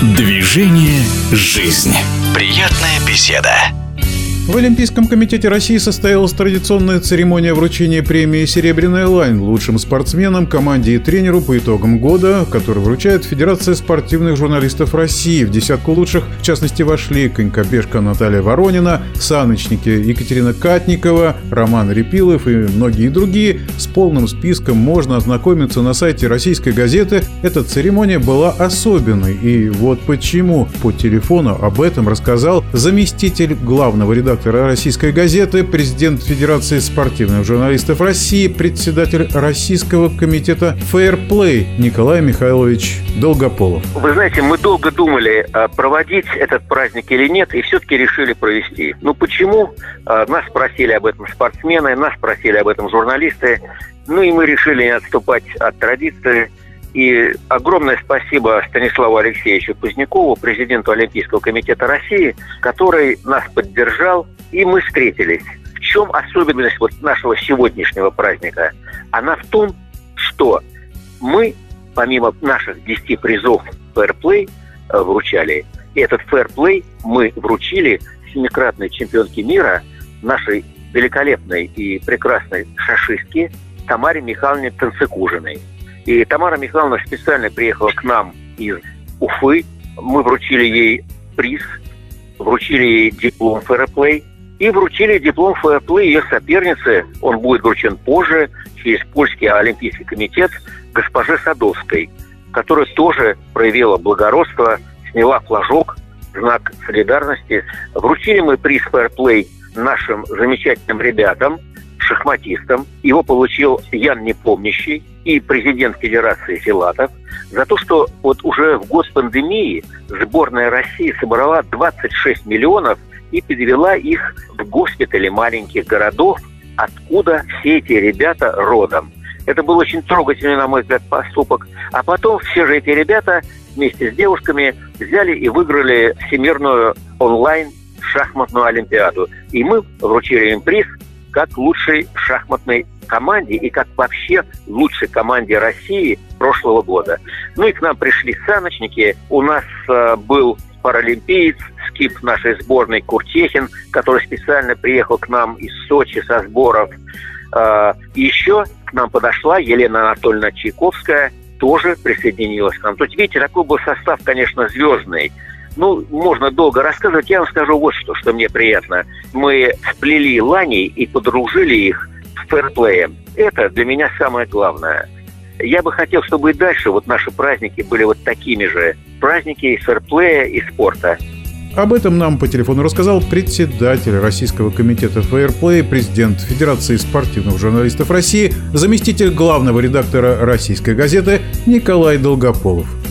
Движение «Жизнь». Приятная беседа. В Олимпийском комитете России состоялась традиционная церемония вручения премии «Серебряная лань» лучшим спортсменам, команде и тренеру по итогам года, который вручает Федерация спортивных журналистов России. В десятку лучших, в частности, вошли конькобежка Наталья Воронина, саночники Екатерина Катникова, Роман Репилов и многие другие. С полным списком можно ознакомиться на сайте российской газеты. Эта церемония была особенной. И вот почему. По телефону об этом рассказал заместитель главного редактора «Российской газеты», президент Федерации спортивных журналистов России, председатель Российского комитета «Фэйрплей» Николай Михайлович Долгополов. Вы знаете, мы долго думали, проводить этот праздник или нет, и все-таки решили провести. Ну почему? Нас спросили об этом спортсмены, нас спросили об этом журналисты, ну и мы решили не отступать от традиции. И огромное спасибо Станиславу Алексеевичу Позднякову, президенту Олимпийского комитета России, который нас поддержал, и мы встретились. В чем особенность вот нашего сегодняшнего праздника? Она в том, что мы, помимо наших 10 призов «Фэйрплей» вручали, и этот «Фэйрплей» мы вручили 7-кратной чемпионке мира, нашей великолепной и прекрасной шашистке Тамаре Михайловне Танцыкужиной. И Тамара Михайловна специально приехала к нам из Уфы. Мы вручили ей приз, вручили ей диплом «Фэйрплей» и вручили диплом «Фэйрплей» ее сопернице. Он будет вручен позже, через Польский олимпийский комитет, госпоже Садовской, которая тоже проявила благородство, сняла флажок, знак солидарности. Вручили мы приз «Фэйрплей» нашим замечательным ребятам, шахматистам. Его получил Ян Непомнящий и президент Федерации Филатов за то, что вот уже в год пандемии сборная России собрала 26 миллионов и перевела их в госпитали маленьких городов, откуда все эти ребята родом. Это был очень трогательный, на мой взгляд, поступок. А потом все же эти ребята вместе с девушками взяли и выиграли всемирную онлайн шахматную олимпиаду. И мы вручили им приз как лучшей шахматной команде и как вообще лучшей команде России прошлого года. Ну и к нам пришли саночники. У нас был паралимпиец, скип нашей сборной Куртехин, который специально приехал к нам из Сочи со сборов. Еще к нам подошла Елена Анатольевна Чайковская, тоже присоединилась к нам. То есть, видите, такой был состав, конечно, звездный. Ну, можно долго рассказывать. Я вам скажу вот что мне приятно. Мы сплели ланей и подружили их с фэрплеем. Это для меня самое главное. Я бы хотел, чтобы и дальше вот наши праздники были вот такими же. Праздники из фэрплея и спорта. Об этом нам по телефону рассказал председатель Российского комитета «Фэйрплей», президент Федерации спортивных журналистов России, заместитель главного редактора «Российской газеты» Николай Долгополов.